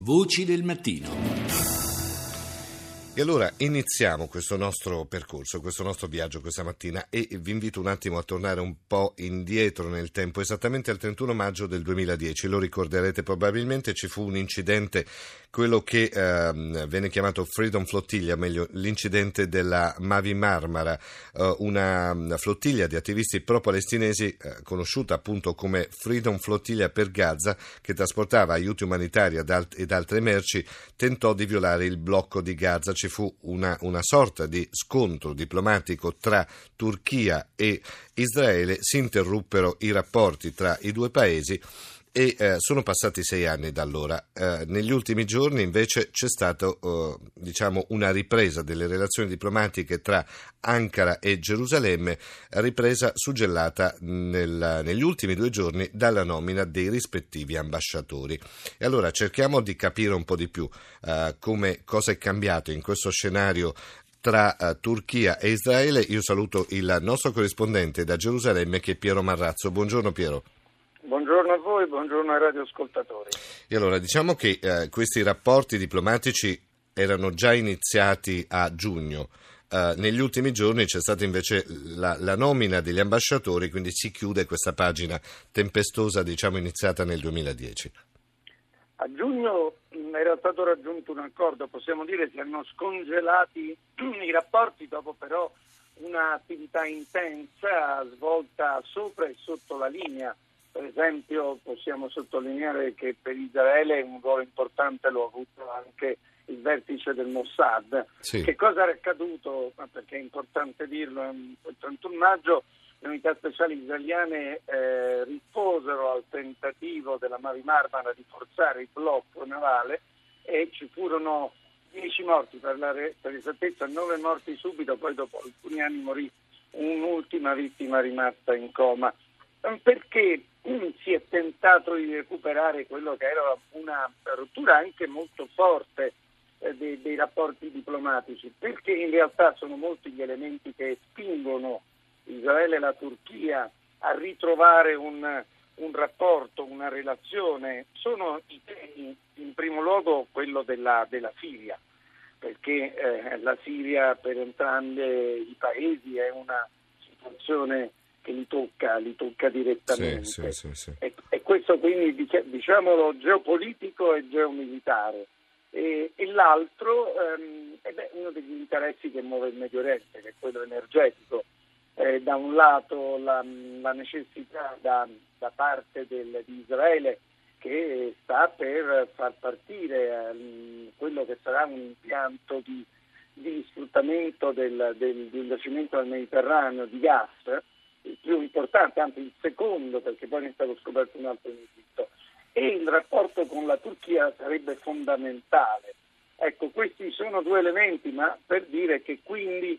Voci del mattino. E allora iniziamo questo nostro percorso, questo nostro viaggio questa mattina e vi invito un attimo a tornare un po' indietro nel tempo, esattamente al 31 maggio del 2010. Lo ricorderete probabilmente, ci fu un incidente, quello che venne chiamato Freedom Flotilla, meglio l'incidente della Mavi Marmara, una flottiglia di attivisti pro-palestinesi conosciuta appunto come Freedom Flotilla per Gaza, che trasportava aiuti umanitari ed altre merci, tentò di violare il blocco di Gaza. Ci fu una sorta di scontro diplomatico tra Turchia e Israele, si interruppero i rapporti tra i due paesi e sono passati 6 anni da allora. Negli ultimi giorni invece c'è stata una ripresa delle relazioni diplomatiche tra Ankara e Gerusalemme, ripresa suggellata negli ultimi 2 giorni dalla nomina dei rispettivi ambasciatori. E allora cerchiamo di capire un po' di più cosa è cambiato in questo scenario tra Turchia e Israele. Io saluto il nostro corrispondente da Gerusalemme, che è Piero Marrazzo. Buongiorno Piero. Buongiorno a voi, buongiorno ai radioascoltatori. E allora diciamo che questi rapporti diplomatici erano già iniziati a giugno. Negli ultimi giorni c'è stata invece la nomina degli ambasciatori, quindi si chiude questa pagina tempestosa, iniziata nel 2010. A giugno era stato raggiunto un accordo, possiamo dire si erano scongelati i rapporti dopo però un'attività intensa svolta sopra e sotto la linea. Per esempio possiamo sottolineare che per Israele un ruolo importante lo ha avuto anche il vertice del Mossad. Sì. Che cosa era accaduto? Perché è importante dirlo, il 31 maggio le unità speciali israeliane risposero al tentativo della Mavi Marmara di forzare il blocco navale e ci furono 10 morti, per esattezza 9 morti subito, poi dopo alcuni anni morì un'ultima vittima rimasta in coma. Perché si è tentato di recuperare quello che era una rottura anche molto forte dei rapporti diplomatici, perché in realtà sono molti gli elementi che spingono Israele e la Turchia a ritrovare un rapporto, una relazione. Sono i temi, in primo luogo quello della Siria, perché la Siria per entrambi i paesi è una situazione che li tocca direttamente. Sì. E questo quindi diciamolo geopolitico e geomilitare. E l'altro è uno degli interessi che muove il Medio Oriente, che è quello energetico. Da un lato la necessità da parte di Israele, che sta per far partire quello che sarà un impianto di sfruttamento del giacimento del Mediterraneo di gas, il più importante, anzi il secondo, perché poi ne è stato scoperto un altro in Egitto, e il rapporto con la Turchia sarebbe fondamentale. Ecco, questi sono 2 elementi, ma per dire che quindi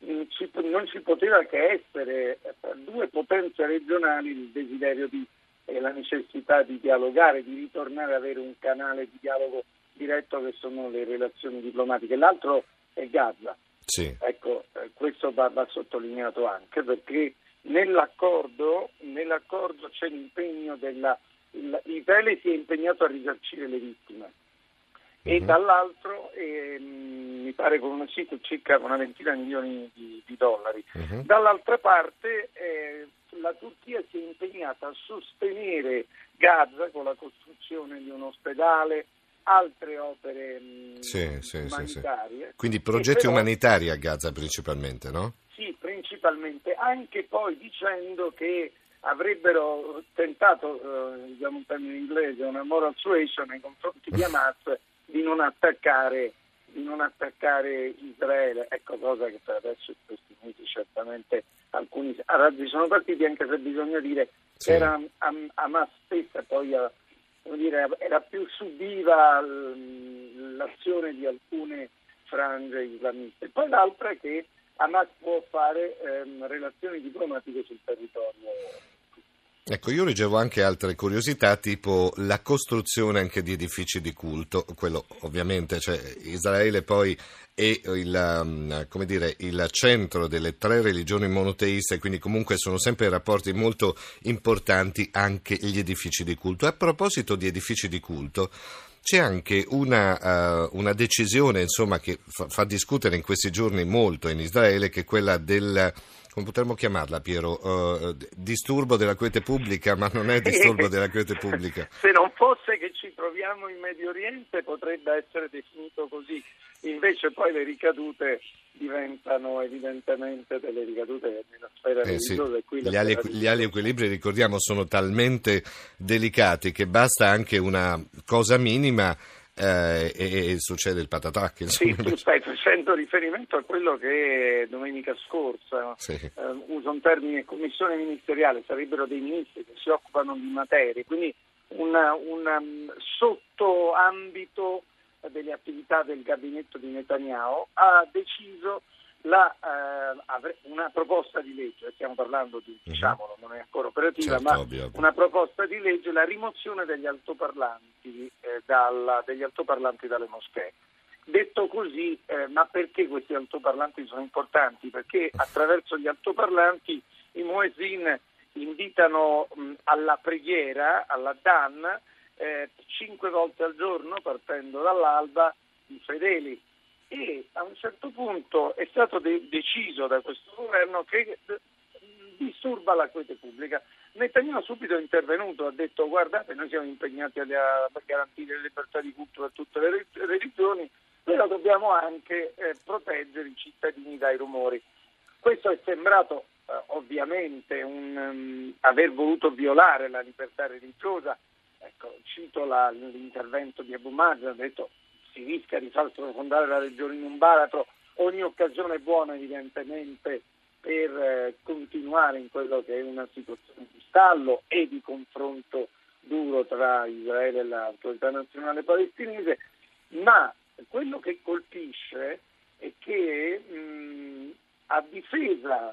non ci poteva che essere tra 2 potenze regionali il desiderio e la necessità di dialogare, di ritornare ad avere un canale di dialogo diretto che sono le relazioni diplomatiche. L'altro è Gaza. Sì. Ecco, questo va sottolineato anche perché nell'accordo c'è l'impegno Israele si è impegnato a risarcire le vittime e dall'altro mi pare con circa una ventina di milioni di dollari. Dall'altra parte la Turchia si è impegnata a sostenere Gaza con la costruzione di un ospedale, altre opere umanitarie. Sì. Quindi progetti umanitari a Gaza principalmente, no? Sì, principalmente, anche poi dicendo che avrebbero tentato, un termine inglese, una moral suasion nei confronti di Hamas di non attaccare Israele. Ecco, cosa che per adesso in questi mesi certamente alcuni razzi sono partiti, anche se bisogna dire che era Hamas stessa poi era più subiva l'azione di alcune frange islamiste. Poi l'altra è che Hamas può fare relazioni diplomatiche sul territorio. Ecco, io leggevo anche altre curiosità, tipo la costruzione anche di edifici di culto. Quello ovviamente, Israele poi è il centro delle 3 religioni monoteiste, quindi comunque sono sempre rapporti molto importanti anche gli edifici di culto. A proposito di edifici di culto, c'è anche una decisione, insomma, che fa discutere in questi giorni molto in Israele, che è quella del, come potremmo chiamarla, Piero, disturbo della quiete pubblica, ma non è disturbo della quiete pubblica. Se non fosse che ci troviamo in Medio Oriente potrebbe essere definito così, invece poi le ricadute diventano evidentemente delle ricadute nella sfera religiosa. Sì. Gli ali equilibri, ricordiamo, sono talmente delicati che basta anche una cosa minima e succede il patatac. Sì, tu stai facendo riferimento a quello che domenica scorsa, uso un termine, commissione ministeriale, sarebbero dei ministri che si occupano di materie, quindi un sottoambito delle attività del gabinetto di Netanyahu ha deciso una proposta di legge, stiamo parlando di, diciamolo, non è ancora operativa, certo, ma ovvio. Una proposta di legge, la rimozione degli altoparlanti dalle moschee. Detto così, ma perché questi altoparlanti sono importanti? Perché attraverso gli altoparlanti i muezzin invitano alla preghiera, alla Dan, 5 volte al giorno, partendo dall'alba, i fedeli. E a un certo punto è stato deciso da questo governo che disturba la quiete pubblica. Netanyahu subito è intervenuto, ha detto: guardate, noi siamo impegnati a garantire le libertà di culto per tutte le religioni, però dobbiamo anche proteggere i cittadini dai rumori. Questo è sembrato ovviamente aver voluto violare la libertà religiosa. Ecco, cito l'intervento di Abu Mazen, ha detto: si rischia di far sprofondare la regione in un baratro, ogni occasione è buona evidentemente per continuare in quello che è una situazione di stallo e di confronto duro tra Israele e l'autorità nazionale palestinese, ma quello che colpisce è che a difesa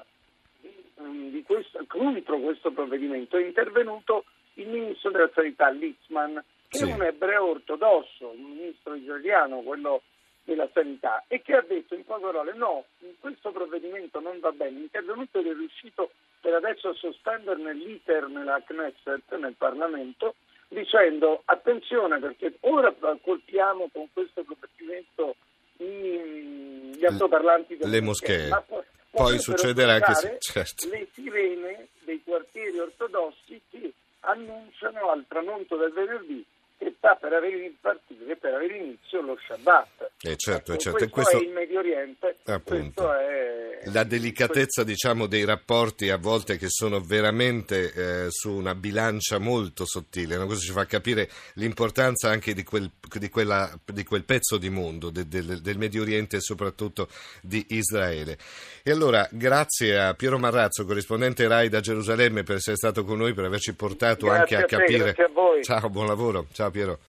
contro questo provvedimento è intervenuto il ministro della Sanità Litzman, che è un ebreo ortodosso, un ministro israeliano, quello della Sanità, e che ha detto in poche parole: no, questo provvedimento non va bene. L'intervenuto è riuscito per adesso a sospenderne l'iter nella Knesset, nel Parlamento, dicendo: attenzione, perché ora colpiamo con questo provvedimento gli altoparlanti delle moschee, ma poi succederà che le sirene dei quartieri ortodossi che annunciano al tramonto del venerdì che sta per avere inizio lo Shabbat. Certo. Questo è il Medio Oriente, appunto. La delicatezza, diciamo, dei rapporti a volte che sono veramente su una bilancia molto sottile, no? Questo ci fa capire l'importanza anche di quel pezzo di mondo, del Medio Oriente e soprattutto di Israele. E allora, grazie a Piero Marrazzo, corrispondente RAI da Gerusalemme, per essere stato con noi, per averci portato anche a capire. Grazie a voi. Ciao, buon lavoro. Ciao Piero.